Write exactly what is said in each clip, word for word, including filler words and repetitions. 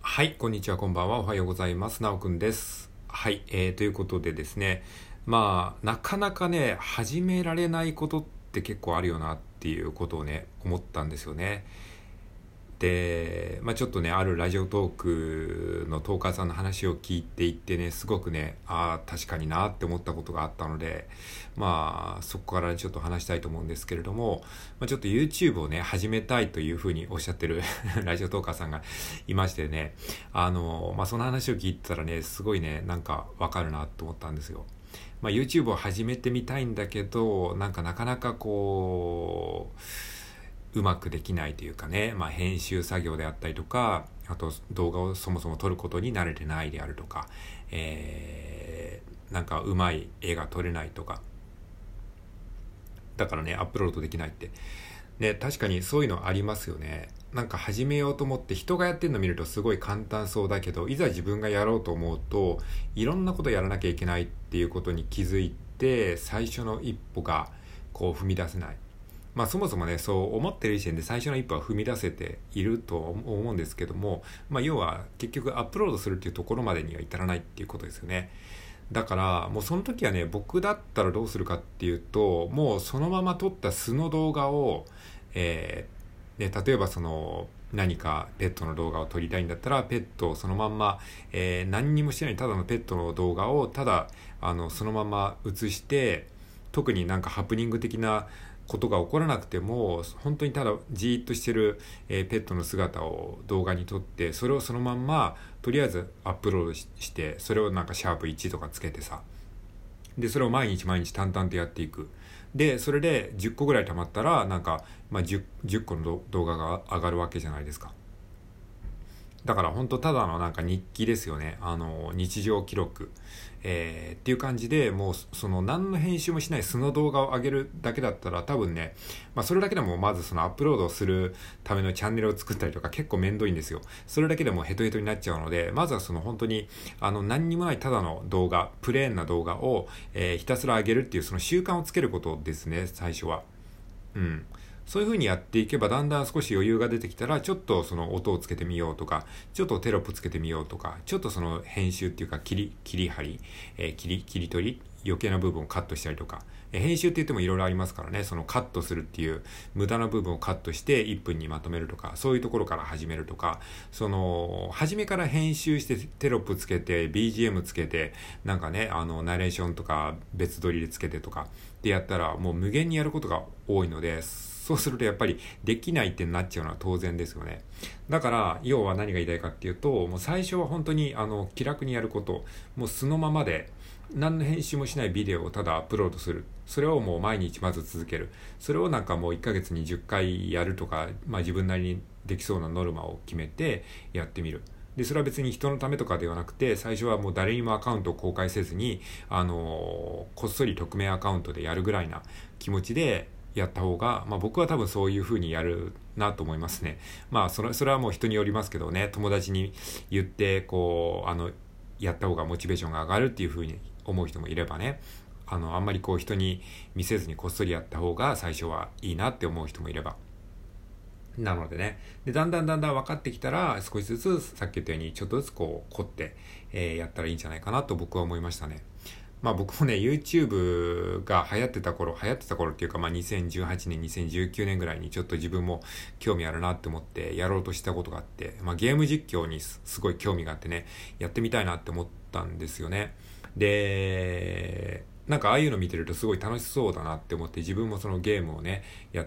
はい、こんにちは、こんばんは。おはようございます。なおくんです。はい、えー、ということでですね、まあ、なかなかね、始められないことって結構あるよなっていうことをね、思ったんですよね。で、まあ、ちょっとね、あるラジオトークのトーカーさんの話を聞いていってね、すごくね、ああ、確かになって思ったことがあったので、まあ、そこからちょっと話したいと思うんですけれども、まあ、ちょっと YouTube をね、始めたいというふうにおっしゃってるラジオトーカーさんがいましてね、あの、まあ、その話を聞いてたらね、すごいね、なんかわかるなと思ったんですよ。まあ、YouTube を始めてみたいんだけど、なんかなかなかこう、うまくできないというかね、まあ、編集作業であったりとか、あと動画をそもそも撮ることに慣れてないであるとか、えー、なんかうまい絵が撮れないとか、だからね、アップロードできないって。ね、確かにそういうのありますよね。なんか始めようと思って人がやってるの見るとすごい簡単そうだけど、いざ自分がやろうと思うと、いろんなことやらなきゃいけないっていうことに気づいて、最初の一歩がこう踏み出せない。まあそもそもね、そう思ってる時点で最初の一歩は踏み出せていると思うんですけども、まあ要は結局アップロードするっていうところまでには至らないっていうことですよね。だからもうその時はね、僕だったらどうするかっていうと、もうそのまま撮った素の動画を、えーね、例えばその何かペットの動画を撮りたいんだったら、ペットをそのまんま、えー何にもしてないただのペットの動画をただあのそのまま映して、特になんかハプニング的なことが起こらなくても、本当にただじーっとしてる、えーペットの姿を動画に撮って、それをそのまんまとりあえずアップロードしして、それをなんかシャープいちとかつけてさ、でそれを毎日毎日淡々とやっていく。でそれでじゅっこぐらい溜まったら、なんか、まあ、10, 10個の動画が上がるわけじゃないですか。だから本当ただのなんか日記ですよね。あの日常記録、えー、っていう感じで、もうその何の編集もしない素の動画を上げるだけだったら、多分ね、まあそれだけでもまずそのアップロードをするためのチャンネルを作ったりとか結構めんどいんですよ。それだけでもヘトヘトになっちゃうので、まずはその本当にあの何にもないただの動画、プレーンな動画を、えー、ひたすら上げるっていうその習慣をつけることですね、最初は。うん。そういう風にやっていけば、だんだん少し余裕が出てきたら、ちょっとその音をつけてみようとか、ちょっとテロップつけてみようとか、ちょっとその編集っていうか切り切り張り、えー、切り切り取り、余計な部分をカットしたりとか、えー、編集って言ってもいろいろありますからね。そのカットするっていう無駄な部分をカットしていっぷんにまとめるとか、そういうところから始めるとか、その初めから編集してテロップつけて ビージーエム つけて、なんかね、あのナレーションとか別撮りでつけてとかってやったら、もう無限にやることが多いので、そうするとやっぱりできないってなっちゃうのは当然ですよね。だから要は何が言いたいかっていうと、もう最初は本当にあの気楽にやること、もう素のままで何の編集もしないビデオをただアップロードする。それをもう毎日まず続ける。それをなんかもういっかげつにじゅっかいやるとか、まあ自分なりにできそうなノルマを決めてやってみる。で、それは別に人のためとかではなくて、最初はもう誰にもアカウントを公開せずに、あのー、こっそり匿名アカウントでやるぐらいな気持ちでやった方が、まあ僕は多分そういう風にやるなと思いますね。まあそれ、それはもう人によりますけどね、友達に言って、こう、あの、やった方がモチベーションが上がるっていう風に思う人もいればね、あの、あんまりこう人に見せずにこっそりやった方が最初はいいなって思う人もいれば。なのでね。で、だんだんだんだん分かってきたら、少しずつ、さっき言ったように、ちょっとずつこう、凝って、えー、やったらいいんじゃないかなと僕は思いましたね。まあ僕もね、YouTube が流行ってた頃、流行ってた頃っていうか、まあにせんじゅうはちねん、にせんじゅうきゅうねんぐらいにちょっと自分も興味あるなって思ってやろうとしたことがあって、まあゲーム実況にすごい興味があってね、やってみたいなって思ったんですよね。で、なんかああいうの見てるとすごい楽しそうだなって思って、自分もそのゲームをね、やって、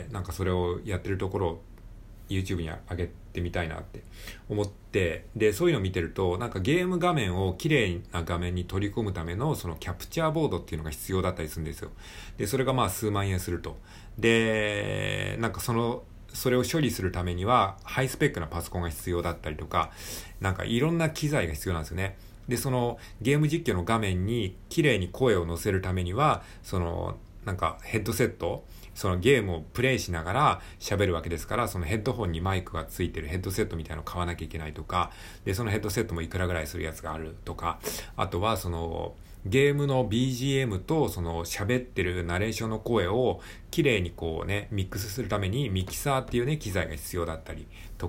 なんかそれをやってるところをYouTube に上げてみたいなって思って、で、そういうのを見てると、なんかゲーム画面を綺麗な画面に取り込むためのそのキャプチャーボードっていうのが必要だったりするんですよ。で、それがまあ数万円すると。で、なんかその、それを処理するためにはハイスペックなパソコンが必要だったりとか、なんかいろんな機材が必要なんですよね。で、そのゲーム実況の画面に綺麗に声を載せるためには、その、なんかヘッドセット、そのゲームをプレイしながら喋るわけですから、そのヘッドホンにマイクがついてるヘッドセットみたいなのを買わなきゃいけないとか、で、そのヘッドセットもいくらぐらいするやつがあるとか、あとはその、ゲームの ビージーエム とその喋ってるナレーションの声を綺麗にこうね、ミックスするためにミキサーっていうね、機材が必要だったりとか、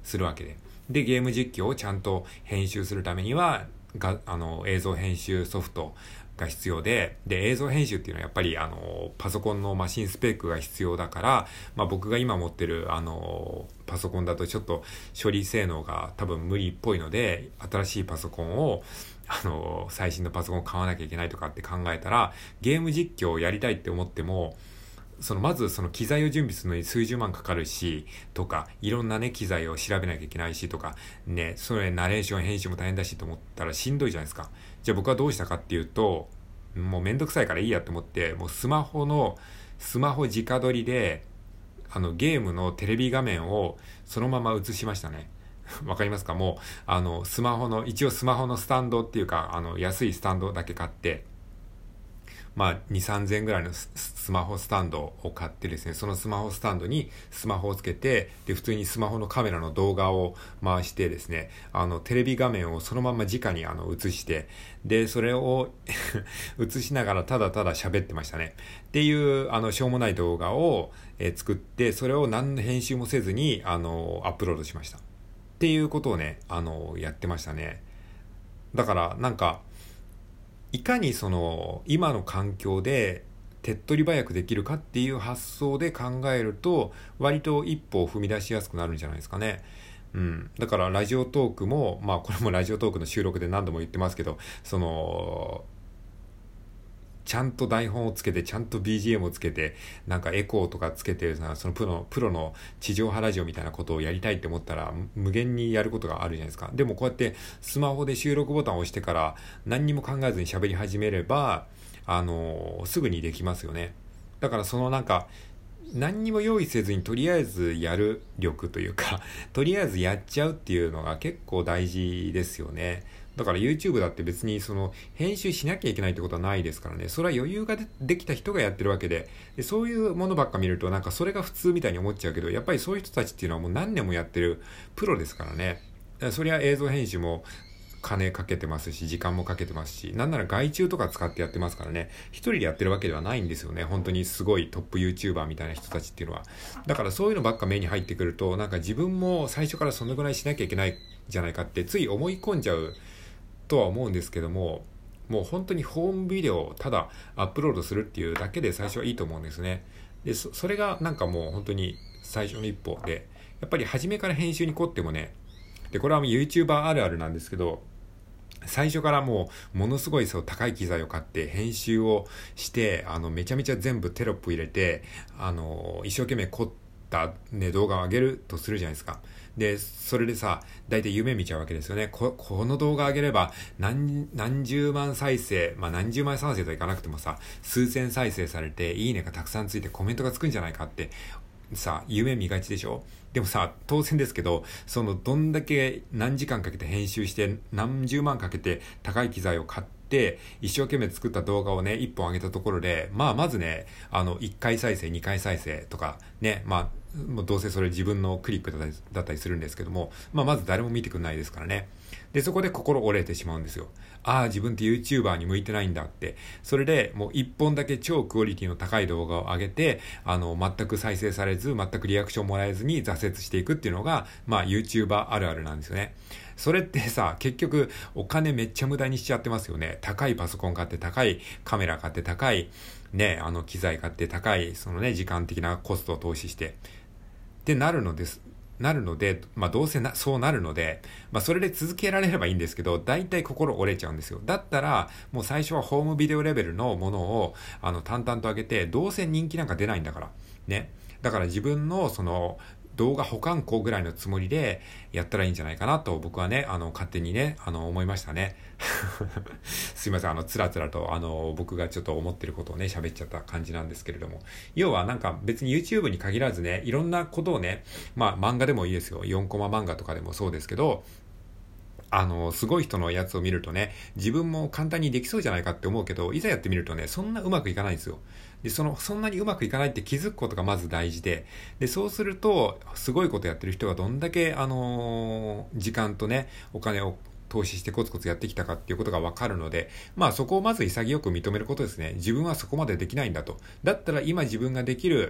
するわけで。で、ゲーム実況をちゃんと編集するためには、が、あの、映像編集ソフトが必要で、で、映像編集っていうのはやっぱり、あの、パソコンのマシンスペックが必要だから、まあ僕が今持ってる、あの、パソコンだとちょっと処理性能が多分無理っぽいので、新しいパソコンを、あの、最新のパソコンを買わなきゃいけないとかって考えたら、ゲーム実況をやりたいって思っても、そのまずその機材を準備するのに数十万かかるしとか、いろんなね機材を調べなきゃいけないしとかね、それナレーション編集も大変だしと思ったらしんどいじゃないですか。じゃあ僕はどうしたかっていうと、もうめんどくさいからいいやと思って、もうスマホのスマホ直撮りであのゲームのテレビ画面をそのまま映しましたね。わかりますか？もうあのスマホの一応スマホのスタンドっていうか、あの安いスタンドだけ買って、まあ、に、さんぜんえんぐらいのス、スマホスタンドを買ってですね、そのスマホスタンドにスマホをつけて、で、普通にスマホのカメラの動画を回してですね、あの、テレビ画面をそのまま直にあの、映して、で、それを映しながらただただ喋ってましたね。っていう、あの、しょうもない動画を、えー作って、それを何の編集もせずに、あの、アップロードしました。っていうことをね、あの、やってましたね。だから、なんか、いかにその今の環境で手っ取り早くできるかっていう発想で考えると、割と一歩を踏み出しやすくなるんじゃないですかね。うん、だからラジオトークも、まあこれもラジオトークの収録で何度も言ってますけど、そのちゃんと台本をつけて、ちゃんと ビージーエム をつけて、なんかエコーとかつけて、そのプロ、プロの地上波ラジオみたいなことをやりたいって思ったら、無限にやることがあるじゃないですか。でもこうやってスマホで収録ボタンを押してから何にも考えずに喋り始めれば、あのー、すぐにできますよね。だからそのなんか、何にも用意せずにとりあえずやる力というか、とりあえずやっちゃうっていうのが結構大事ですよね。だから YouTube だって別にその編集しなきゃいけないってことはないですからね。それは余裕が で, できた人がやってるわけで、でそういうものばっか見るとなんかそれが普通みたいに思っちゃうけど、やっぱりそういう人たちっていうのはもう何年もやってるプロですからね。そりゃ映像編集も金かけてますし、時間もかけてますし、なんなら外注とか使ってやってますからね。一人でやってるわけではないんですよね。本当にすごいトップ YouTuber みたいな人たちっていうのは。だからそういうのばっか目に入ってくると、なんか自分も最初からそのぐらいしなきゃいけないんじゃないかってつい思い込んじゃうとは思うんですけども、もう本当にホームビデオをただアップロードするっていうだけで最初はいいと思うんですね。で、そ、それがなんかもう本当に最初の一歩で、やっぱり初めから編集に凝ってもね、で、これは YouTuber あるあるなんですけど、最初からもうものすごいそう高い機材を買って編集をして、あのめちゃめちゃ全部テロップ入れて、あの一生懸命凝ったね動画を上げるとするじゃないですか。でそれでさ、大体夢見ちゃうわけですよね。 こ, この動画上げれば 何, 何十万再生、まあ何十万再生といかなくてもさ、数千再生されていいねがたくさんついてコメントがつくんじゃないかってさ、夢見がちでしょ。でもさ、当然ですけど、そのどんだけ何時間かけて編集して何十万かけて高い機材を買って一生懸命作った動画をね、一本上げたところで、まあまずね、あのいっかい再生にかい再生とかね、まあもうどうせそれ自分のクリックだったり、だったりするんですけども、まあまず誰も見てくれないですからね。でそこで心折れてしまうんですよ。ああ、自分って YouTuber に向いてないんだって。それでもう一本だけ超クオリティの高い動画を上げて、あの全く再生されず、全くリアクションもらえずに挫折していくっていうのが、まあ YouTuber あるあるなんですよね。それってさ、結局お金めっちゃ無駄にしちゃってますよね。高いパソコン買って、高いカメラ買って、高いね、あの機材買って、高いそのね、時間的なコストを投資してってなるのです。なるので、まあどうせな、そうなるので、まあそれで続けられればいいんですけど、大体心折れちゃうんですよ。だったら、もう最初はホームビデオレベルのものを、あの、淡々と上げて、どうせ人気なんか出ないんだから。ね。だから自分の、その、動画保管庫ぐらいのつもりでやったらいいんじゃないかなと僕はね、あの勝手にね、あの思いましたね。すいません、あのつらつらとあの僕がちょっと思ってることをね喋っちゃった感じなんですけれども、要はなんか別に YouTube に限らずね、いろんなことをね、まあ漫画でもいいですよ、よんコマ漫画とかでもそうですけど、あのすごい人のやつを見るとね、自分も簡単にできそうじゃないかって思うけど、いざやってみるとね、そんなうまくいかないんですよ。でそのそんなにうまくいかないって気づくことがまず大事で、でそうするとすごいことやってる人がどんだけあのー時間とねお金を投資してコツコツやってきたかっていうことが分かるので、まあそこをまず潔く認めることですね。自分はそこまでできないんだと。だったら今自分ができる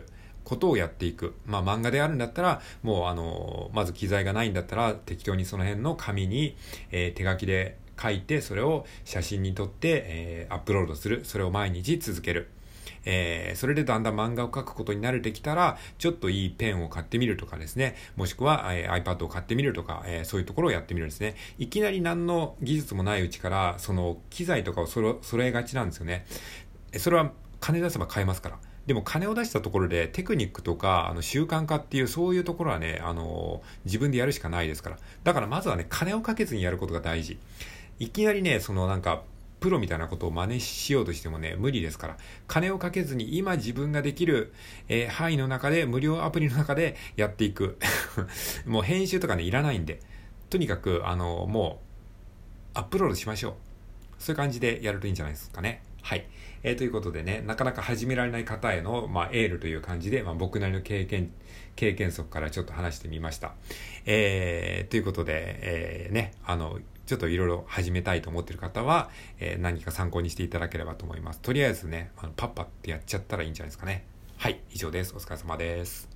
ことをやっていく。まあ漫画であるんだったら、もうあの、まず機材がないんだったら、適当にその辺の紙に、えー、手書きで書いて、それを写真に撮って、えー、アップロードする。それを毎日続ける。えー、それでだんだん漫画を描くことに慣れてきたら、ちょっといいペンを買ってみるとかですね、もしくは、えー、iPad を買ってみるとか、えー、そういうところをやってみるんですね。いきなり何の技術もないうちから、その機材とかをそろ揃えがちなんですよね。それは金出せば買えますから。でも金を出したところでテクニックとかあの習慣化っていうそういうところはね、あの自分でやるしかないですから。だからまずはね、金をかけずにやることが大事。いきなりね、そのなんかプロみたいなことを真似しようとしてもね、無理ですから。金をかけずに今自分ができる、えー、範囲の中で、無料アプリの中でやっていく。もう編集とかね、いらないんで。とにかく、あの、もう、アップロードしましょう。そういう感じでやるといいんじゃないですかね。はい。えー、ということでね、なかなか始められない方への、まあ、エールという感じで、まあ、僕なりの経験、経験則からちょっと話してみました。えー、ということで、えー、ね、あの、ちょっといろいろ始めたいと思っている方は、えー、何か参考にしていただければと思います。とりあえずね、あのパッパってやっちゃったらいいんじゃないですかね。はい、以上です。お疲れ様です。